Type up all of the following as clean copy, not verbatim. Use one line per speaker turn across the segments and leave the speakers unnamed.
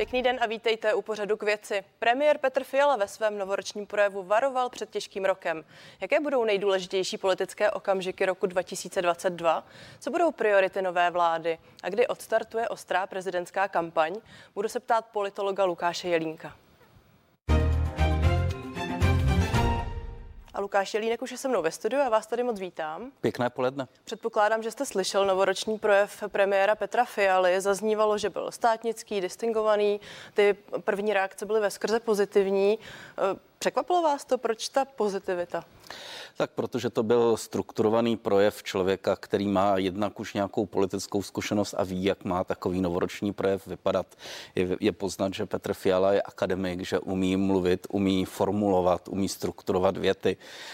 Pěkný den a vítejte u pořadu K věci. Premiér Petr Fiala ve svém novoročním projevu varoval před těžkým rokem. Jaké budou nejdůležitější politické okamžiky roku 2022? Co budou priority nové vlády? A kdy odstartuje ostrá prezidentská kampaň? Budu se ptát politologa Lukáše Jelínka. A Lukáš Jelínek už je se mnou ve studiu a vás tady moc vítám.
Pěkné poledne.
Předpokládám, že jste slyšel novoroční projev premiéra Petra Fialy. Zaznívalo, že byl státnický, distingovaný. Ty první reakce byly veskrze pozitivní. Překvapilo vás to? Proč ta pozitivita?
Tak protože to byl strukturovaný projev člověka, který má jednak už nějakou politickou zkušenost a ví, jak má takový novoroční projev vypadat. Je poznat, že Petr Fiala je akademik, že umí mluvit, umí formulovat, umí strukturovat věty.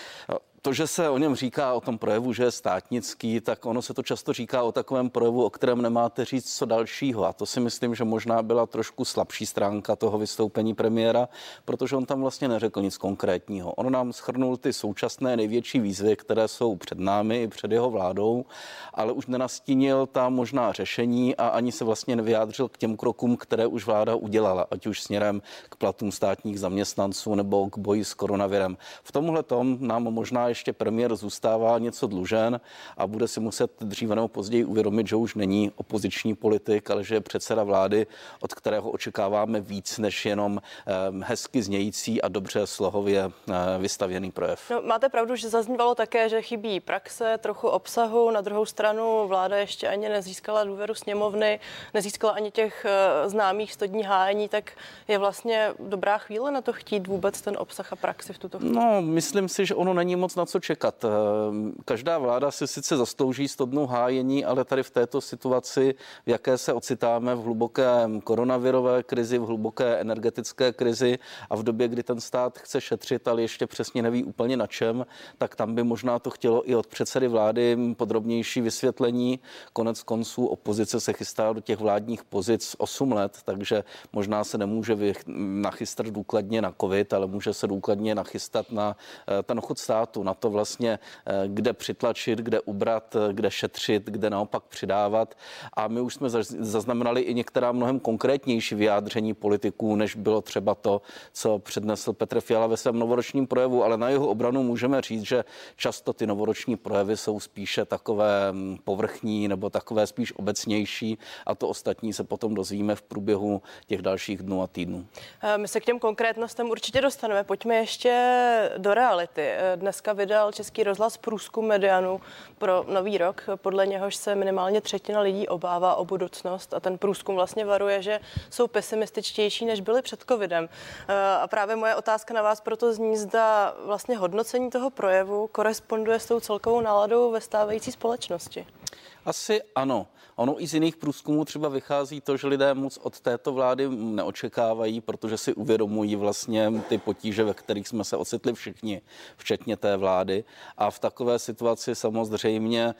To, že se o něm říká, o tom projevu, že je státnický, tak ono se to často říká o takovém projevu, o kterém nemáte říct co dalšího. A to si myslím, že možná byla trošku slabší stránka toho vystoupení premiéra, protože on tam vlastně neřekl nic konkrétního. On nám shrnul ty současné největší výzvy, které jsou před námi i před jeho vládou, ale už nenastínil tam možná řešení a ani se vlastně nevyjádřil k těm krokům, které už vláda udělala, ať už směrem k platům státních zaměstnanců nebo k boji s koronavirem. V tomhle tom nám možná ještě premiér zůstává něco dlužen a bude si muset dříve nebo později uvědomit, že už není opoziční politik, ale že je předseda vlády, od kterého očekáváme víc než jenom hezky znějící a dobře slohově vystavěný projev.
No, máte pravdu, že zaznívalo také, že chybí praxe, trochu obsahu. Na druhou stranu vláda ještě ani nezískala důvěru sněmovny, nezískala ani těch známých 100 dní hájení, tak je vlastně dobrá chvíle na to chtít vůbec ten obsah a praxi v tuto chvíli.
No, myslím si, že ono není moc na co čekat. Každá vláda si sice zaslouží 100 dnů hájení, ale tady v této situaci, v jaké se ocitáme, v hluboké koronavirové krizi, v hluboké energetické krizi a v době, kdy ten stát chce šetřit, ale ještě přesně neví úplně na čem, tak tam by možná to chtělo i od předsedy vlády podrobnější vysvětlení. Konec konců opozice se chystá do těch vládních pozic 8 let, takže možná se nemůže nachystat důkladně na covid, ale může se důkladně nachystat na ten chod státu, na to vlastně, kde přitlačit, kde ubrat, kde šetřit, kde naopak přidávat. A my už jsme zaznamenali i některá mnohem konkrétnější vyjádření politiků, než bylo třeba to, co přednesl Petr Fiala ve svém novoročním projevu, ale na jeho obranu můžeme říct, že často ty novoroční projevy jsou spíše takové povrchní nebo takové spíš obecnější a to ostatní se potom dozvíme v průběhu těch dalších dnů a týdnů.
My se k těm konkrétnostem určitě dostaneme. Pojďme ještě do reality. Dneska vydal Český rozhlas průzkum Medianu pro nový rok, podle něhož se minimálně třetina lidí obává o budoucnost a ten průzkum vlastně varuje, že jsou pesimističtější, než byli před covidem. A právě moje otázka na vás proto zní, zda vlastně hodnocení toho projevu koresponduje s tou celkovou náladou ve stávající společnosti.
Asi ano. Ono i z jiných průzkumů třeba vychází to, že lidé moc od této vlády neočekávají, protože si uvědomují vlastně ty potíže, ve kterých jsme se ocitli všichni, včetně té vlády. A v takové situaci samozřejmě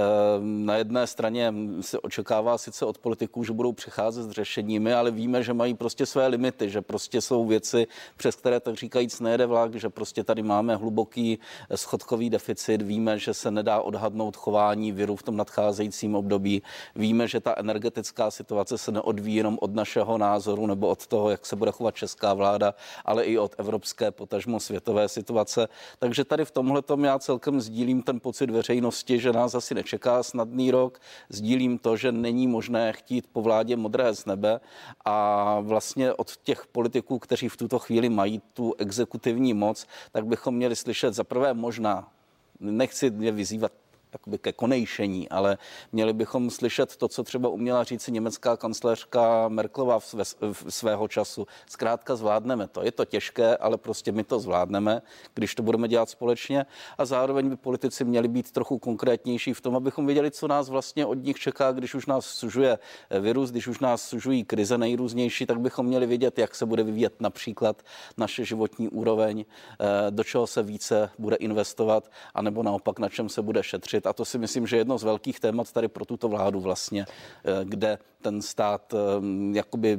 na jedné straně se očekává sice od politiků, že budou přicházet s řešeními, ale víme, že mají prostě své limity, že prostě jsou věci, přes které tak říkajíc nejede vlak, že prostě tady máme hluboký schodkový deficit, víme, že se nedá odhadnout chování viru v tom nadcházejícím období. Víme, že ta energetická situace se neodvíjí jenom od našeho názoru nebo od toho, jak se bude chovat česká vláda, ale i od evropské, potažmo světové situace. Takže tady v tomhletom já celkem sdílím ten pocit veřejnosti, že nás asi nečeká snadný rok. Sdílím to, že není možné chtít po vládě modré z nebe a vlastně od těch politiků, kteří v tuto chvíli mají tu exekutivní moc, tak bychom měli slyšet zaprvé možná, nechci je vyzývat jakoby ke konejšení, ale měli bychom slyšet to, co třeba uměla říci německá kancléřka Merkelová svého času. Zkrátka zvládneme to. Je to těžké, ale prostě my to zvládneme, když to budeme dělat společně a zároveň by politici měli být trochu konkrétnější v tom, abychom věděli, co nás vlastně od nich čeká, když už nás sužuje virus, když už nás sužují krize nejrůznější, tak bychom měli vědět, jak se bude vyvíjet například naše životní úroveň, do čeho se více bude investovat, anebo naopak na čem se bude šetřit. A to si myslím, že je jedno z velkých témat tady pro tuto vládu vlastně, kde ten stát jakoby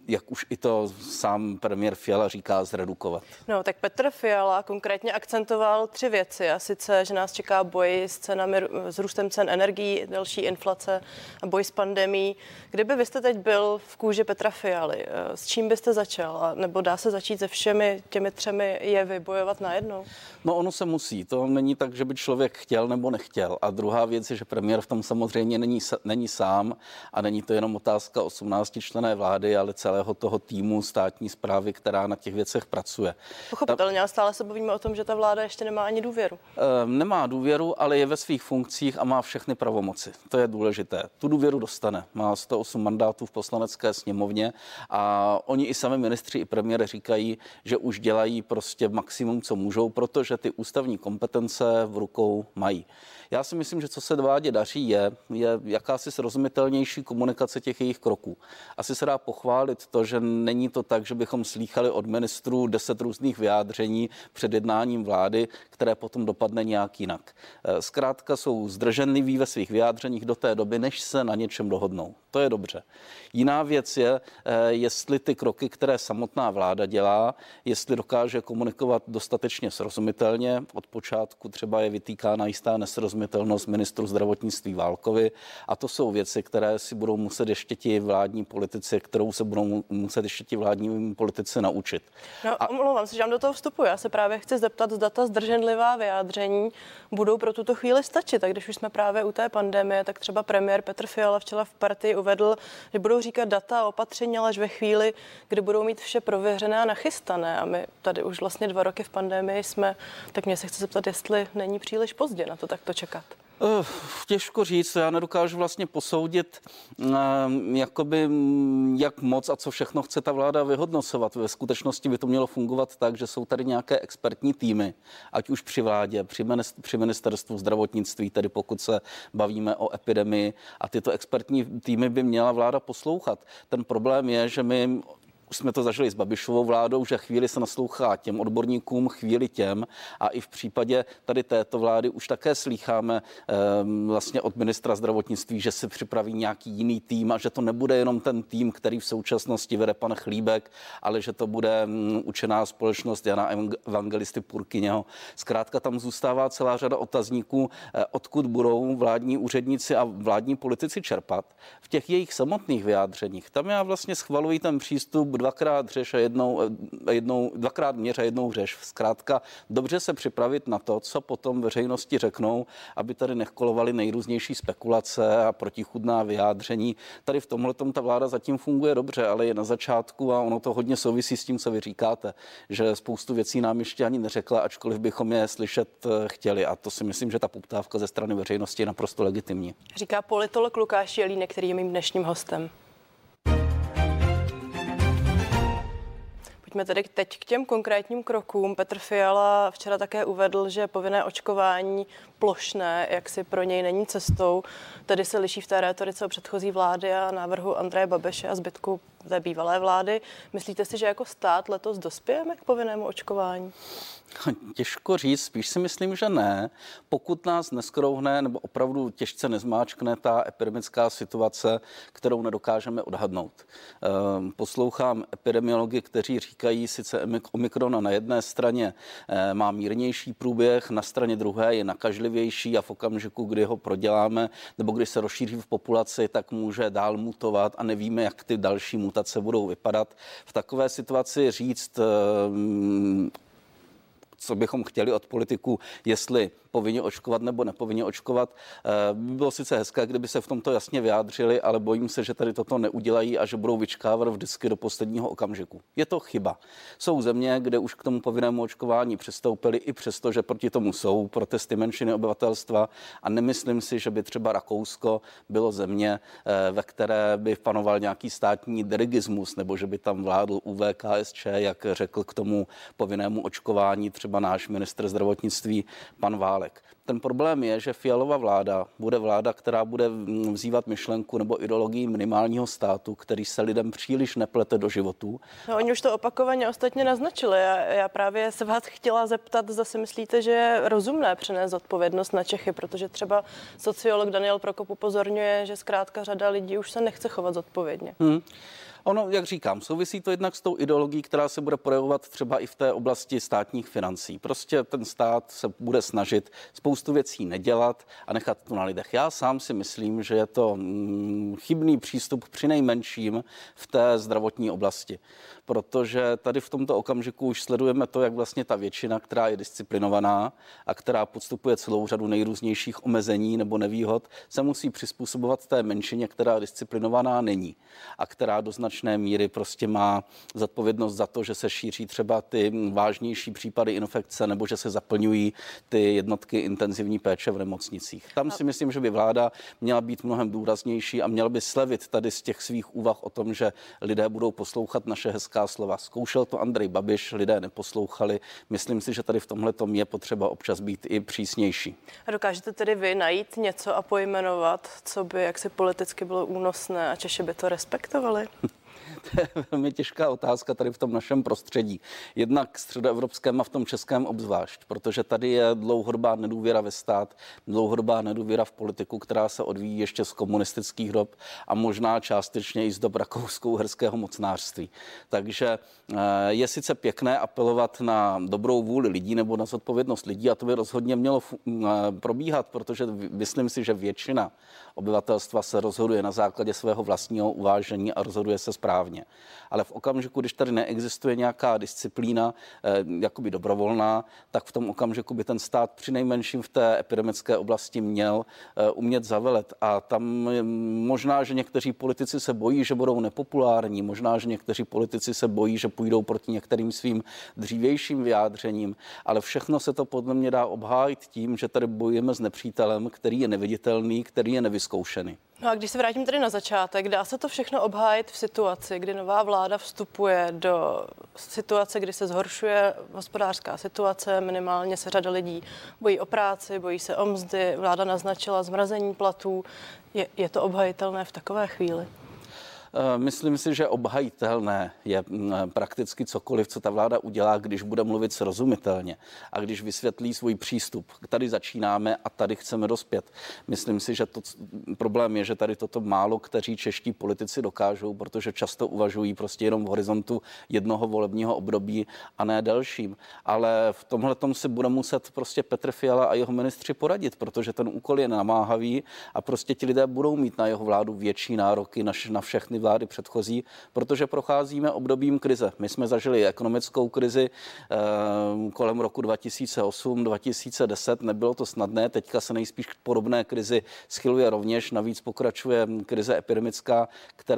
jak už i to sám premiér Fiala říká, zredukovat.
No, tak Petr Fiala konkrétně akcentoval 3 věci, a sice, že nás čeká boj s cenami, s růstem cen energií, další inflace a boj s pandemií. Kdyby vy jste teď byl v kůži Petra Fialy, s čím byste začal? Nebo dá se začít se všemi těmi 3 jevy bojovat najednou?
No, ono se musí. To není tak, že by člověk chtěl nebo nechtěl. A druhá věc je, že premiér v tom samozřejmě není sám a není to jenom otázka 18členné vlády, ale celého toho týmu státní správy, která na těch věcech pracuje.
Pochopitelně, ale stále se bavíme o tom, že ta vláda ještě nemá ani důvěru.
Nemá důvěru, ale je ve svých funkcích a má všechny pravomoci. To je důležité. Tu důvěru dostane. Má 108 mandátů v poslanecké sněmovně a oni i sami ministři, i premiér říkají, že už dělají prostě maximum, co můžou, protože ty ústavní kompetence v rukou mají. Já si myslím, že co se vládě daří, je jakási srozumitelnější komunikace těch jejich kroků. Asi se dá pochválit to, že není to tak, že bychom slýchali od ministrů 10 různých vyjádření před jednáním vlády, které potom dopadne nějak jinak. Zkrátka jsou zdrženliví ve svých vyjádřeních do té doby, než se na něčem dohodnou. To je dobře. Jiná věc je, jestli ty kroky, které samotná vláda dělá, jestli dokáže komunikovat dostatečně srozumitelně. Od počátku třeba je vytýkána jistá nesrozumitelnost ministru zdravotnictví Válkovi a to jsou věci, které si budou muset ještě ti vládní politici, kterou se budou muset ještě ti vládní politici naučit.
No, omlouvám se, že vám do toho vstupuji. Já se právě chci zeptat, zda ta zdrženlivá vyjádření budou pro tuto chvíli stačit. Tak když už jsme právě u té pandemie, tak třeba premiér Petr Fiala včera v Partii uvedl, že budou říkat data a opatření, ale až ve chvíli, kdy budou mít vše prověřené a nachystané. A my tady už vlastně 2 roky v pandemii jsme, tak mě se chci zeptat, jestli není příliš pozdě na to takto čekat.
Těžko říct, já nedokážu vlastně posoudit, jakoby, jak moc a co všechno chce ta vláda vyhodnocovat. Ve skutečnosti by to mělo fungovat tak, že jsou tady nějaké expertní týmy, ať už při vládě, při ministerstvu zdravotnictví, tedy pokud se bavíme o epidemii, a tyto expertní týmy by měla vláda poslouchat. Ten problém je, že my už jsme to zažili s Babišovou vládou, že chvíli se naslouchá těm odborníkům, chvíli těm a i v případě tady této vlády už také slýcháme vlastně od ministra zdravotnictví, že si připraví nějaký jiný tým a že to nebude jenom ten tým, který v současnosti vede pan Chlíbek, ale že to bude učená společnost Jana Evangelisty Purkyněho. Zkrátka tam zůstává celá řada otazníků, odkud budou vládní úředníci a vládní politici čerpat. V těch jejich samotných vyjádřeních, tam já vlastně schvaluji ten přístup dvakrát měř a jednou řeš. Zkrátka dobře se připravit na to, co potom veřejnosti řeknou, aby tady nekolovaly nejrůznější spekulace a protichůdná vyjádření. Tady v tomhletom ta vláda zatím funguje dobře, ale je na začátku a ono to hodně souvisí s tím, co vy říkáte, že spoustu věcí nám ještě ani neřekla, ačkoliv bychom je slyšet chtěli. A to si myslím, že ta poptávka ze strany veřejnosti je naprosto legitimní. Říká
politolog Lukáš Jelínek, který je mým dnešním hostem. Pojďme tedy teď k těm konkrétním krokům. Petr Fiala včera také uvedl, že povinné očkování plošné, jak si pro něj není cestou, tedy se liší v té rétorice o předchozí vlády a návrhu Andreje Babiše a zbytku té bývalé vlády. Myslíte si, že jako stát letos dospějeme k povinnému očkování?
Těžko říct, spíš si myslím, že ne. Pokud nás neskrouhne nebo opravdu těžce nezmáčkne ta epidemická situace, kterou nedokážeme odhadnout. Poslouchám epidemiology, kteří říkají, sice Omikron na jedné straně má mírnější průběh, na straně druhé je nakažlivější a v okamžiku, kdy ho proděláme nebo když se rozšíří v populaci, tak může dál mutovat a nevíme, jak ty další mutace budou vypadat. V takové situaci říct, co bychom chtěli od politiků, jestli povinně očkovat nebo nepovinně očkovat. By bylo sice hezké, kdyby se v tomto jasně vyjádřili, ale bojím se, že tady toto neudělají a že budou vyčkávat vždycky do posledního okamžiku. Je to chyba. Jsou země, kde už k tomu povinnému očkování přistoupili i přesto, že proti tomu jsou protesty menšiny obyvatelstva a nemyslím si, že by třeba Rakousko bylo země, ve které by panoval nějaký státní dirigismus nebo že by tam vládl ÚVKSČ, jak řekl k tomu povinnému očkování třeba náš ministr zdravotnictví pan Válek. Ten problém je, že Fialova vláda bude vláda, která bude vzývat myšlenku nebo ideologii minimálního státu, který se lidem příliš neplete do životů.
No, oni už to opakovaně ostatně naznačili. Já právě se vás chtěla zeptat, zda si myslíte, že je rozumné přenést odpovědnost na Čechy, protože třeba sociolog Daniel Prokop upozorňuje, že zkrátka řada lidí už se nechce chovat zodpovědně.
Ono, jak říkám, souvisí to jednak s tou ideologií, která se bude projevovat třeba i v té oblasti státních financí. Prostě ten stát se bude snažit spoustu věcí nedělat a nechat to na lidech. Já sám si myslím, že je to chybný přístup přinejmenším v té zdravotní oblasti, protože tady v tomto okamžiku už sledujeme to, jak vlastně ta většina, která je disciplinovaná a která podstupuje celou řadu nejrůznějších omezení nebo nevýhod, se musí přizpůsobovat té menšině, která disciplinovaná není a která do značné míry prostě má zodpovědnost za to, že se šíří třeba ty vážnější případy infekce nebo že se zaplňují ty jednotky intenzivní péče v nemocnicích. Tam si myslím, že by vláda měla být mnohem důraznější a měla by slevit tady z těch svých úvah o tom, že lidé budou poslouchat naše hezká slova. Zkoušel to Andrej Babiš, lidé neposlouchali. Myslím si, že tady v tomhletom je potřeba občas být i přísnější.
A dokážete tedy vy najít něco a pojmenovat, co by jaksi politicky bylo únosné a Češi by to respektovali?
To je velmi těžká otázka tady v tom našem prostředí. Jednak středoevropském a v tom českém obzvlášť, protože tady je dlouhodobá nedůvěra ve stát, dlouhodobá nedůvěra v politiku, která se odvíjí ještě z komunistických dob a možná částečně i z dob rakousko-uherského mocnářství. Takže je sice pěkné apelovat na dobrou vůli lidí nebo na zodpovědnost lidí a to by rozhodně mělo probíhat, protože myslím si, že většina obyvatelstva se rozhoduje na základě svého vlastního uvážení a rozhoduje se správně. Ale v okamžiku, když tady neexistuje nějaká disciplína jakoby dobrovolná, tak v tom okamžiku by ten stát přinejmenším v té epidemické oblasti měl umět zavelet. A tam možná, že někteří politici se bojí, že budou nepopulární, možná, že někteří politici se bojí, že půjdou proti některým svým dřívějším vyjádřením, ale všechno se to podle mě dá obhájit tím, že tady bojujeme s nepřítelem, který je neviditelný, který je nevyzkoušený.
No a když se vrátím tedy na začátek, dá se to všechno obhájit v situaci, kdy nová vláda vstupuje do situace, kdy se zhoršuje hospodářská situace, minimálně se řada lidí bojí o práci, bojí se o mzdy, vláda naznačila zmrazení platů. Je to obhajitelné v takové chvíli?
Myslím si, že obhajitelné je prakticky cokoliv, co ta vláda udělá, když bude mluvit srozumitelně a když vysvětlí svůj přístup. Tady začínáme a tady chceme dospět. Myslím si, že problém je, že tady toto málo kteří čeští politici dokážou, protože často uvažují prostě jenom v horizontu jednoho volebního období a ne delším. Ale v tomhletom si bude muset prostě Petr Fiala a jeho ministři poradit, protože ten úkol je namáhavý a prostě ti lidé budou mít na jeho vládu větší nároky na všechny vlády předchozí, protože procházíme obdobím krize. My jsme zažili ekonomickou krizi kolem roku 2008, 2010, nebylo to snadné, teďka se nejspíš k podobné krizi schyluje rovněž, navíc pokračuje krize epidemická,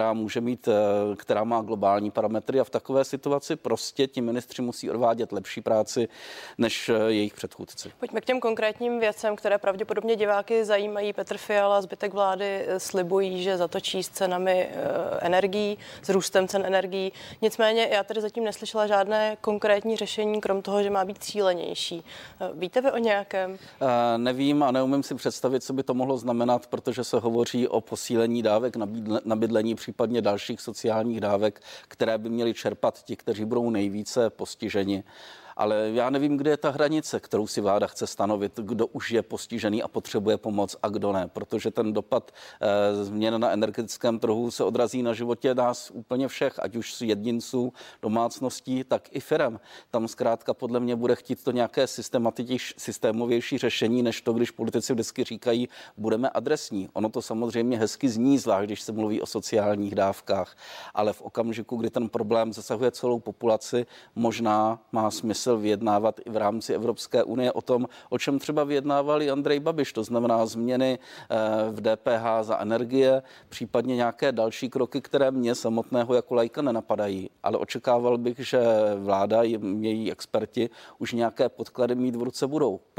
která má globální parametry a v takové situaci prostě ti ministři musí odvádět lepší práci než jejich předchůdci.
Pojďme k těm konkrétním věcem, které pravděpodobně diváky zajímají. Petr Fiala, zbytek vlády slibují, že zatočí s cenami energií, s růstem cen energií. Nicméně já tady zatím neslyšela žádné konkrétní řešení, krom toho, že má být cílenější. Víte vy o nějakém?
Nevím a neumím si představit, co by to mohlo znamenat, protože se hovoří o posílení dávek na bydlení, případně dalších sociálních dávek, které by měli čerpat ti, kteří budou nejvíce postiženi. Ale já nevím, kde je ta hranice, kterou si vláda chce stanovit, kdo už je postižený a potřebuje pomoc a kdo ne, protože ten dopad změn na energetickém trhu se odrazí na životě nás úplně všech, ať už jedinců, domácností, tak i firem. Tam zkrátka podle mě bude chtít to nějaké systémovější řešení, než to, když politici vždycky říkají, budeme adresní. Ono to samozřejmě hezky zní, zvlášť když se mluví o sociálních dávkách, ale v okamžiku, kdy ten problém zasahuje celou populaci, možná má smysl vyjednávat i v rámci Evropské unie o tom, o čem třeba vyjednával i Andrej Babiš, to znamená změny v DPH za energie, případně nějaké další kroky, které mě samotného jako laika nenapadají, ale očekával bych, že vláda i její experti už nějaké podklady mít v ruce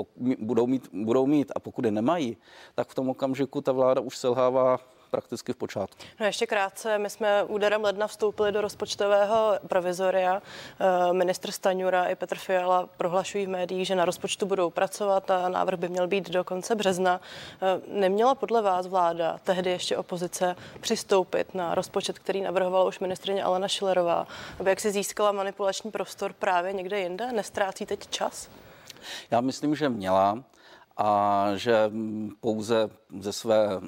budou mít a pokud je nemají, tak v tom okamžiku ta vláda už selhává prakticky v počátku.
No ještě krátce, my jsme úderem ledna vstoupili do rozpočtového provizoria. Ministr Stanjura i Petr Fiala prohlašují v médiích, že na rozpočtu budou pracovat a návrh by měl být do konce března. Neměla podle vás vláda, tehdy ještě opozice, přistoupit na rozpočet, který navrhovala už ministryně Alena Schillerová, aby jak si získala manipulační prostor právě někde jinde? Nestrácí teď čas?
Já myslím, že měla a že pouze ze své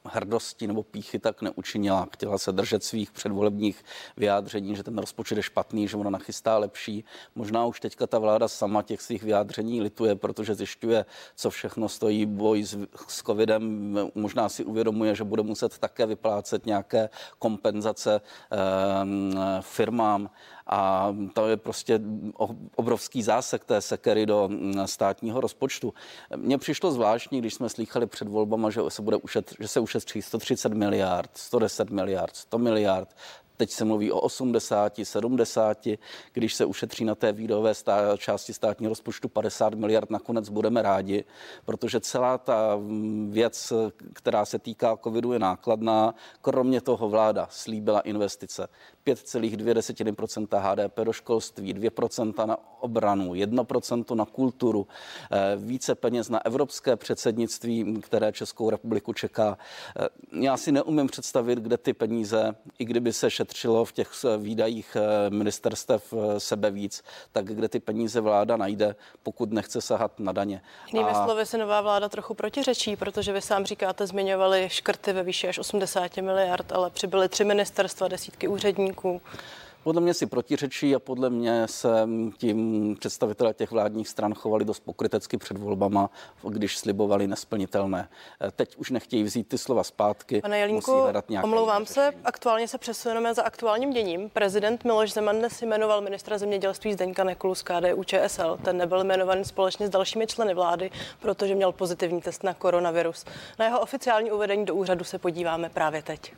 hrdosti nebo pýchy tak neučinila. Chtěla se držet svých předvolebních vyjádření, že ten rozpočet je špatný, že ona nachystá lepší. Možná už teďka ta vláda sama těch svých vyjádření lituje, protože zjišťuje, co všechno stojí boj s covidem. Možná si uvědomuje, že bude muset také vyplácet nějaké kompenzace firmám. A to je prostě obrovský zásek té sekery do státního rozpočtu. Mně přišlo zvláštní, když jsme slýchali před volbama, že se ušetří 130 miliard, 110 miliard, 100 miliard. Teď se mluví o 80, 70, když se ušetří na té výdajové části státního rozpočtu 50 miliard, nakonec budeme rádi, protože celá ta věc, která se týká covidu, je nákladná. Kromě toho vláda slíbila investice 5,2% HDP do školství, 2% na obranu, 1% na kulturu, více peněz na evropské předsednictví, které Českou republiku čeká. Já si neumím představit, kde ty peníze, i kdyby se šetřilo v těch výdajích ministerstev sebe víc, tak kde ty peníze vláda najde, pokud nechce sahat na daně.
Jinými slovy se nová vláda trochu protiřečí, protože vy sám říkáte, zmiňovali škrty ve výši až 80 miliard, ale přibyly 3 ministerstva, desítky úředníků.
Podle mě si protiřečí a podle mě se tím představitelé těch vládních stran chovali dost pokrytecky před volbama, když slibovali nesplnitelné. Teď už nechtějí vzít ty slova zpátky.
Pane Jelínku, omlouvám se, aktuálně se přesuneme za aktuálním děním. Prezident Miloš Zeman dnes jmenoval ministra zemědělství Zdeňka Nekulu z KDU-ČSL. Ten nebyl jmenovaný společně s dalšími členy vlády, protože měl pozitivní test na koronavirus. Na jeho oficiální uvedení do úřadu se podíváme právě teď.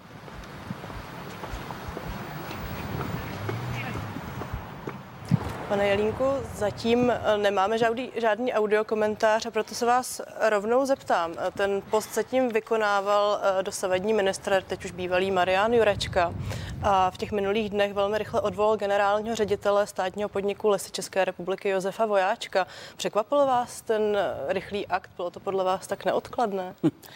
Pane Jelínku, zatím nemáme žádný audiokomentář a proto se vás rovnou zeptám. Ten post zatím vykonával dosavadní ministr, teď už bývalý Marian Jurečka, a v těch minulých dnech velmi rychle odvolal generálního ředitele státního podniku Lesy České republiky Josefa Vojáčka. Překvapil vás ten rychlý akt? Bylo to podle vás tak neodkladné?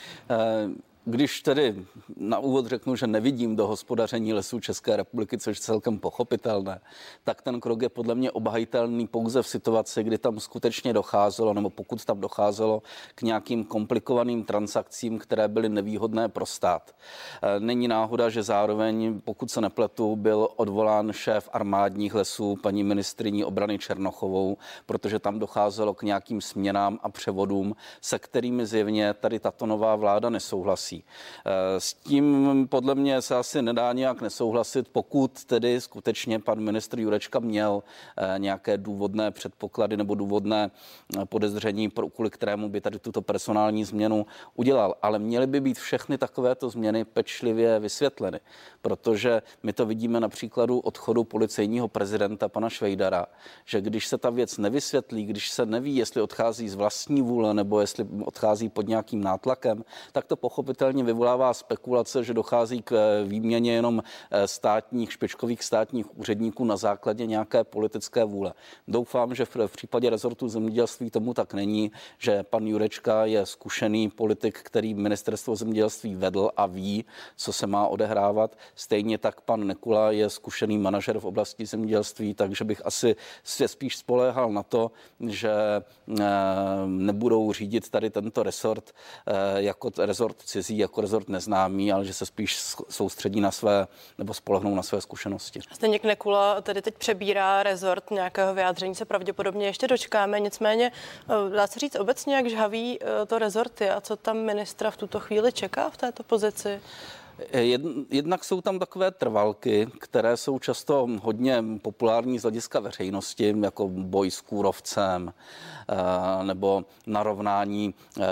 Když tedy na úvod řeknu, že nevidím do hospodaření Lesů České republiky, což je celkem pochopitelné, tak ten krok je podle mě obhajitelný pouze v situaci, kdy tam skutečně docházelo, nebo pokud tam docházelo k nějakým komplikovaným transakcím, které byly nevýhodné pro stát. Není náhoda, že zároveň, pokud se nepletu, byl odvolán šéf armádních lesů, paní ministryní obrany Černochovou, protože tam docházelo k nějakým směnám a převodům, se kterými zjevně tady tato nová vláda nesouhlasí. S tím podle mě se asi nedá nějak nesouhlasit, pokud tedy skutečně pan ministr Jurečka měl nějaké důvodné předpoklady nebo důvodné podezření, kvůli kterému by tady tuto personální změnu udělal. Ale měly by být všechny takovéto změny pečlivě vysvětleny, protože my to vidíme na příkladu odchodu policejního prezidenta pana Švejdara, že když se ta věc nevysvětlí, když se neví, jestli odchází z vlastní vůle nebo jestli odchází pod nějakým nátlakem, tak to pochopitelně vyvolává spekulace, že dochází k výměně jenom špičkových státních úředníků na základě nějaké politické vůle. Doufám, že v případě rezortu zemědělství tomu tak není, že pan Jurečka je zkušený politik, který ministerstvo zemědělství vedl a ví, co se má odehrávat. Stejně tak pan Nekula je zkušený manažer v oblasti zemědělství, takže bych asi se spíš spoléhal na to, že nebudou řídit tady tento resort jako resort cizí, jako rezort neznámý, ale že se spíš soustředí na své nebo spolehnou na své zkušenosti.
Zdeněk Nekula tedy teď přebírá rezort, nějakého vyjádření se pravděpodobně ještě dočkáme, nicméně dá se říct obecně, jak žhavý to rezort je a co tam ministra v tuto chvíli čeká v této pozici?
Jednak jsou tam takové trvalky, které jsou často hodně populární z hlediska veřejnosti, jako boj s kůrovcem nebo narovnání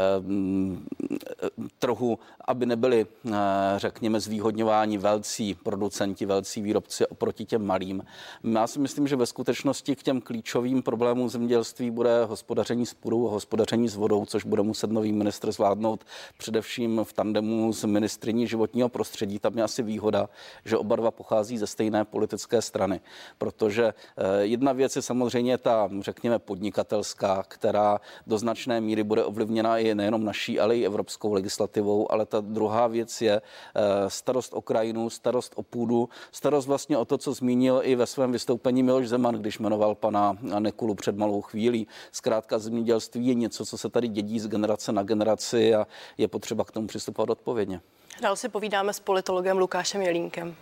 trhu, aby nebyli, řekněme, zvýhodňováni velcí producenti, velcí výrobci oproti těm malým. Já si myslím, že ve skutečnosti k těm klíčovým problémům zemědělství bude hospodaření s půdou a hospodaření s vodou, což bude muset nový ministr zvládnout především v tandemu s ministryní životního prostředí, tam je asi výhoda, že oba dva pochází ze stejné politické strany, protože jedna věc je samozřejmě ta, řekněme, podnikatelská, která do značné míry bude ovlivněna i nejenom naší, ale i evropskou legislativou, ale ta druhá věc je starost o krajinu, starost o půdu, starost vlastně o to, co zmínil i ve svém vystoupení Miloš Zeman, když jmenoval pana Nekulu před malou chvílí. Zkrátka zemědělství je něco, co se tady dědí z generace na generaci a je potřeba k tomu přistupovat odpovědně.
Dál si povídáme s politologem Lukášem Jelínkem.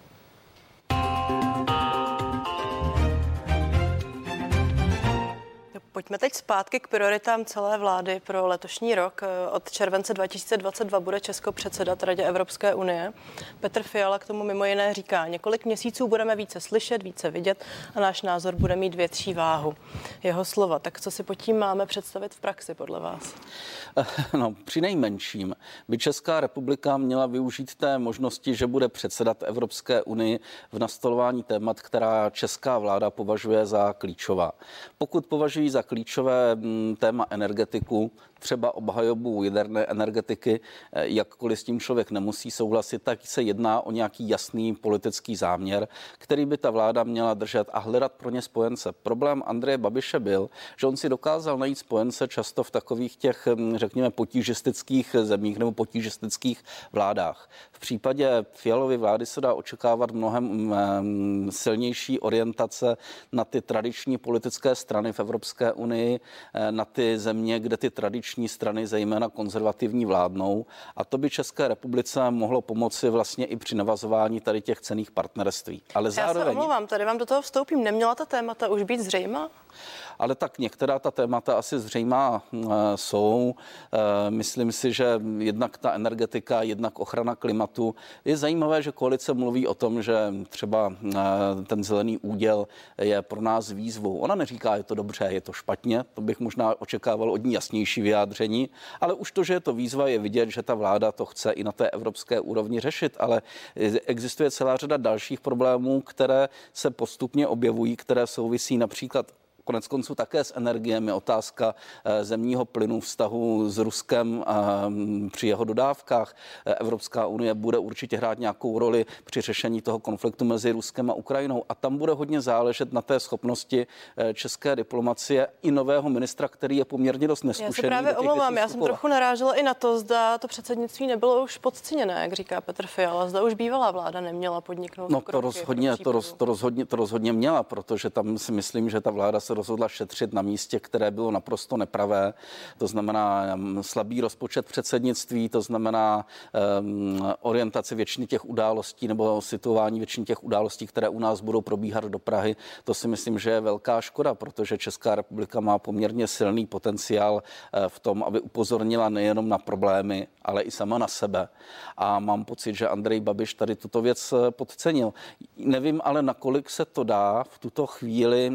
Pojďme teď zpátky k prioritám celé vlády pro letošní rok. Od července 2022 bude Česko předsedat Radě Evropské unie. Petr Fiala k tomu mimo jiné říká, několik měsíců budeme více slyšet, více vidět a náš názor bude mít větší váhu. Jeho slova. Tak co si pod tím máme představit v praxi podle vás?
No, přinejmenším by Česká republika měla využít té možnosti, že bude předsedat Evropské unii v nastolování témat, která česká vláda považuje za klíčová. Pokud považují za klíčové téma energetiku, třeba obhajobu jaderné energetiky, jakkoliv s tím člověk nemusí souhlasit, tak se jedná o nějaký jasný politický záměr, který by ta vláda měla držet a hledat pro ně spojence. Problém Andreje Babiše byl, že on si dokázal najít spojence často v takových těch, řekněme, potížistických zemích nebo potížistických vládách. V případě Fialovy vlády se dá očekávat mnohem silnější orientace na ty tradiční politické strany v Evropské unii, na ty země, kde ty tradiční strany, zejména konzervativní, vládnou. A to by České republice mohlo pomoci vlastně i při navazování tady těch cenných partnerství. Ale zároveň...
Já se omlouvám, tady vám do toho vstoupím. Neměla ta témata už být zřejmá?
Ale tak některá ta témata asi zřejmá jsou. Myslím si, že jednak ta energetika, jednak ochrana klimatu. Je zajímavé, že koalice mluví o tom, že třeba ten zelený úděl je pro nás výzvou. Ona neříká, je to dobře, je to špatně. To bych možná očekával od ní jasnější vyjádření. Ale už to, že je to výzva, je vidět, že ta vláda to chce i na té evropské úrovni řešit. Ale existuje celá řada dalších problémů, které se postupně objevují, které souvisí například koneckonců také s energiemi, otázka zemního plynu, vztahu s Ruskem při jeho dodávkách. Evropská unie bude určitě hrát nějakou roli při řešení toho konfliktu mezi Ruskem a Ukrajinou a tam bude hodně záležet na té schopnosti české diplomacie i nového ministra, který je poměrně dost neskušený.
Já se právě omlouvám, já jsem trochu narážela i na to, zda to předsednictví nebylo už podceněné, jak říká Petr Fiala, zda už bývalá vláda neměla podniknout kroky.
To rozhodně měla, protože tam si myslím, že ta vláda se rozhodla šetřit na místě, které bylo naprosto nepravé. To znamená slabý rozpočet předsednictví, to znamená orientace většiny těch událostí nebo situování většiny těch událostí, které u nás budou probíhat do Prahy. To si myslím, že je velká škoda, protože Česká republika má poměrně silný potenciál v tom, aby upozornila nejenom na problémy, ale i sama na sebe. A mám pocit, že Andrej Babiš tady tuto věc podcenil. Nevím ale, nakolik se to dá v tuto chvíli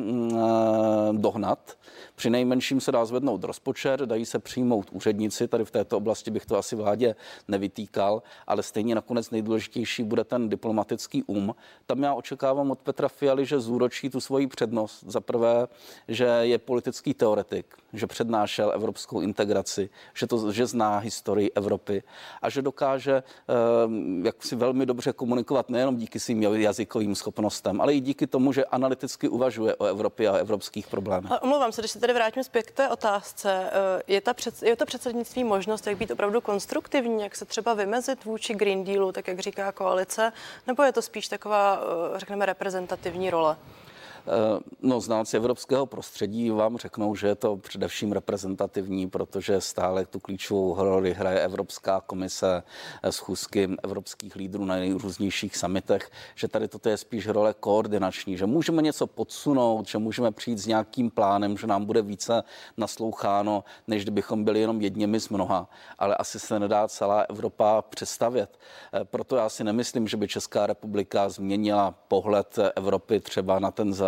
dohnat. Přinejmenším se dá zvednout rozpočet, dají se přijmout úředníci, tady v této oblasti bych to asi vládě nevytýkal, ale stejně nakonec nejdůležitější bude ten diplomatický Tam já očekávám od Petra Fialy, že zúročí tu svoji přednost. Za prvé, že je politický teoretik, že přednášel evropskou integraci, že zná historii Evropy a že dokáže jak si velmi dobře komunikovat nejenom díky svým jazykovým schopnostem, ale i díky tomu, že analyticky uvažuje o Evropě a evropských problémech.
Ale omlouvám se, když se tady vrátím zpět k té otázce. Je to předsednictví možnost, jak být opravdu konstruktivní, jak se třeba vymezit vůči Green Dealu, tak jak říká koalice, nebo je to spíš taková, řekneme, reprezentativní role?
No, znalci evropského prostředí vám řeknou, že je to především reprezentativní, protože stále tu klíčovou roli hraje Evropská komise, schůzky evropských lídrů na nejrůznějších summitech, že tady toto je spíš role koordinační, že můžeme něco podsunout, že můžeme přijít s nějakým plánem, že nám bude více nasloucháno, než kdybychom byli jenom jedněmi z mnoha, ale asi se nedá celá Evropa představět. Proto já si nemyslím, že by Česká republika změnila pohled Evropy třeba na ten zelený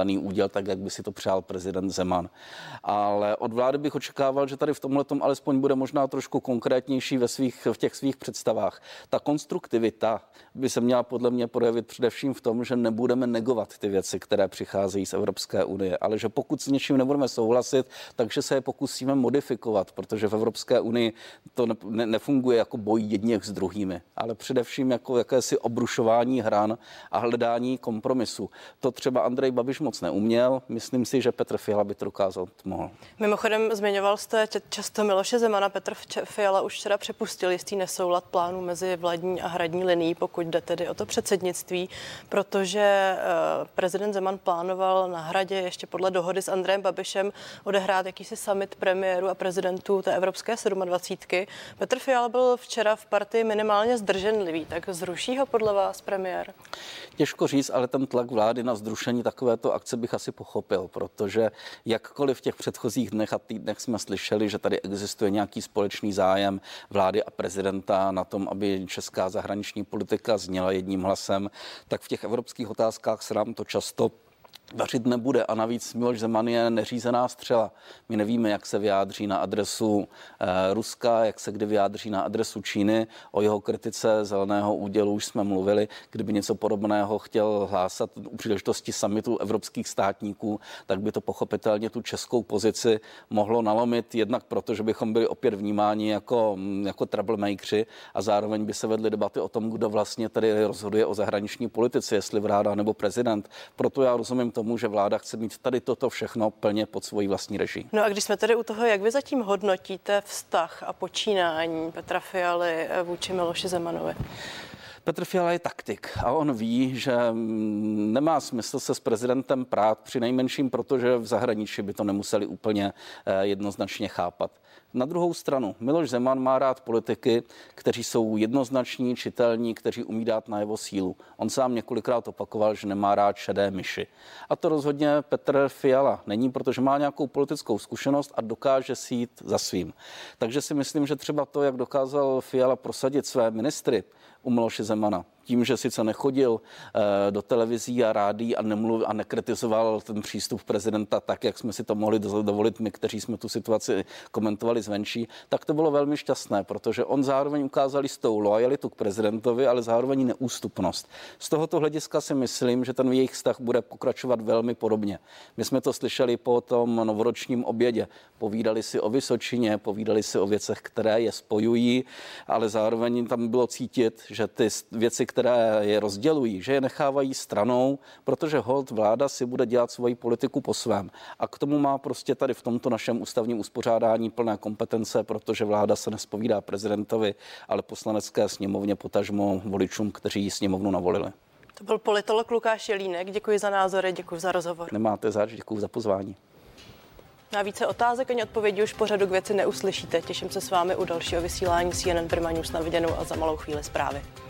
daný úděl, tak jak by si to přál prezident Zeman. Ale od vlády bych očekával, že tady v tomhletom alespoň bude možná trošku konkrétnější v těch svých představách. Ta konstruktivita by se měla podle mě projevit především v tom, že nebudeme negovat ty věci, které přicházejí z Evropské unie, ale že pokud s něčím nebudeme souhlasit, takže se je pokusíme modifikovat, protože v Evropské unii to nefunguje jako boj jedněch s druhými, ale především jako jakési obrušování hran a hledání kompromisu. To třeba Andrej Babiš moc neuměl, myslím si, že Petr Fiala by to dokázat mohl.
Mimochodem zmiňoval jste často Miloše Zemana. Petr Fiala už včera připustil jistý nesoulad plánů mezi vládní a hradní linií, pokud jde tedy o to předsednictví, protože prezident Zeman plánoval na Hradě ještě podle dohody s Andrejem Babišem odehrát jakýsi summit premiéru a prezidentů té evropské 27. Petr Fiala byl včera v partii minimálně zdrženlivý, tak zruší ho podle vás premiér?
Těžko říct, ale ten tlak vlády na zrušení takovéto akce bych asi pochopil, protože jakkoliv v těch předchozích dnech a týdnech jsme slyšeli, že tady existuje nějaký společný zájem vlády a prezidenta na tom, aby česká zahraniční politika zněla jedním hlasem, tak v těch evropských otázkách se nám to často vařit nebude a navíc Miloš Zeman je neřízená střela. My nevíme, jak se vyjádří na adresu Ruska, jak se kdy vyjádří na adresu Číny. O jeho kritice zeleného údělu už jsme mluvili. Kdyby něco podobného chtěl hlásat u příležitosti summitu evropských státníků, tak by to pochopitelně tu českou pozici mohlo nalomit, jednak proto, že bychom byli opět vnímáni jako troublemakeri a zároveň by se vedly debaty o tom, kdo vlastně tady rozhoduje o zahraniční politice, jestli vláda nebo prezident. Proto já rozumím tomu, že vláda chce mít tady toto všechno plně pod svojí vlastní režii.
No a když jsme tedy u toho, jak vy zatím hodnotíte vztah a počínání Petra Fialy vůči Miloši Zemanovi?
Petr Fiala je taktik a on ví, že nemá smysl se s prezidentem prát, přinejmenším, protože v zahraničí by to nemuseli úplně jednoznačně chápat. Na druhou stranu, Miloš Zeman má rád politiky, kteří jsou jednoznační, čitelní, kteří umí dát najevo sílu. On sám několikrát opakoval, že nemá rád šedé myši. A to rozhodně Petr Fiala není, protože má nějakou politickou zkušenost a dokáže si jít za svým. Takže si myslím, že třeba to, jak dokázal Fiala prosadit své ministry u Miloše Zemana, tím, že sice nechodil do televizí a rádií a nemluvil a nekritizoval ten přístup prezidenta tak, jak jsme si to mohli dovolit my, kteří jsme tu situaci komentovali zvenčí, tak to bylo velmi šťastné, protože on zároveň ukázal jistou loajalitu k prezidentovi, ale zároveň neústupnost. Z tohoto hlediska si myslím, že ten jejich vztah bude pokračovat velmi podobně. My jsme to slyšeli po tom novoročním obědě. Povídali si o Vysočině, povídali si o věcech, které je spojují, ale zároveň tam bylo cítit, že ty věci, které je rozdělují, že je nechávají stranou, protože holt vláda si bude dělat svoji politiku po svém. A k tomu má prostě tady v tomto našem ústavním uspořádání plné kompetence, protože vláda se nespovídá prezidentovi, ale poslanecké sněmovně, potažmo voličům, kteří ji sněmovnu navolili.
To byl politolog Lukáš Jelínek. Děkuji za názory, děkuji za rozhovor.
Nemáte zač, děkuji za pozvání.
Na více otázek ani odpovědí už pořadu k věci neuslyšíte. Těším se s vámi u dalšího vysílání CNN Prima News. Na viděnou a za malou chvíli zprávy.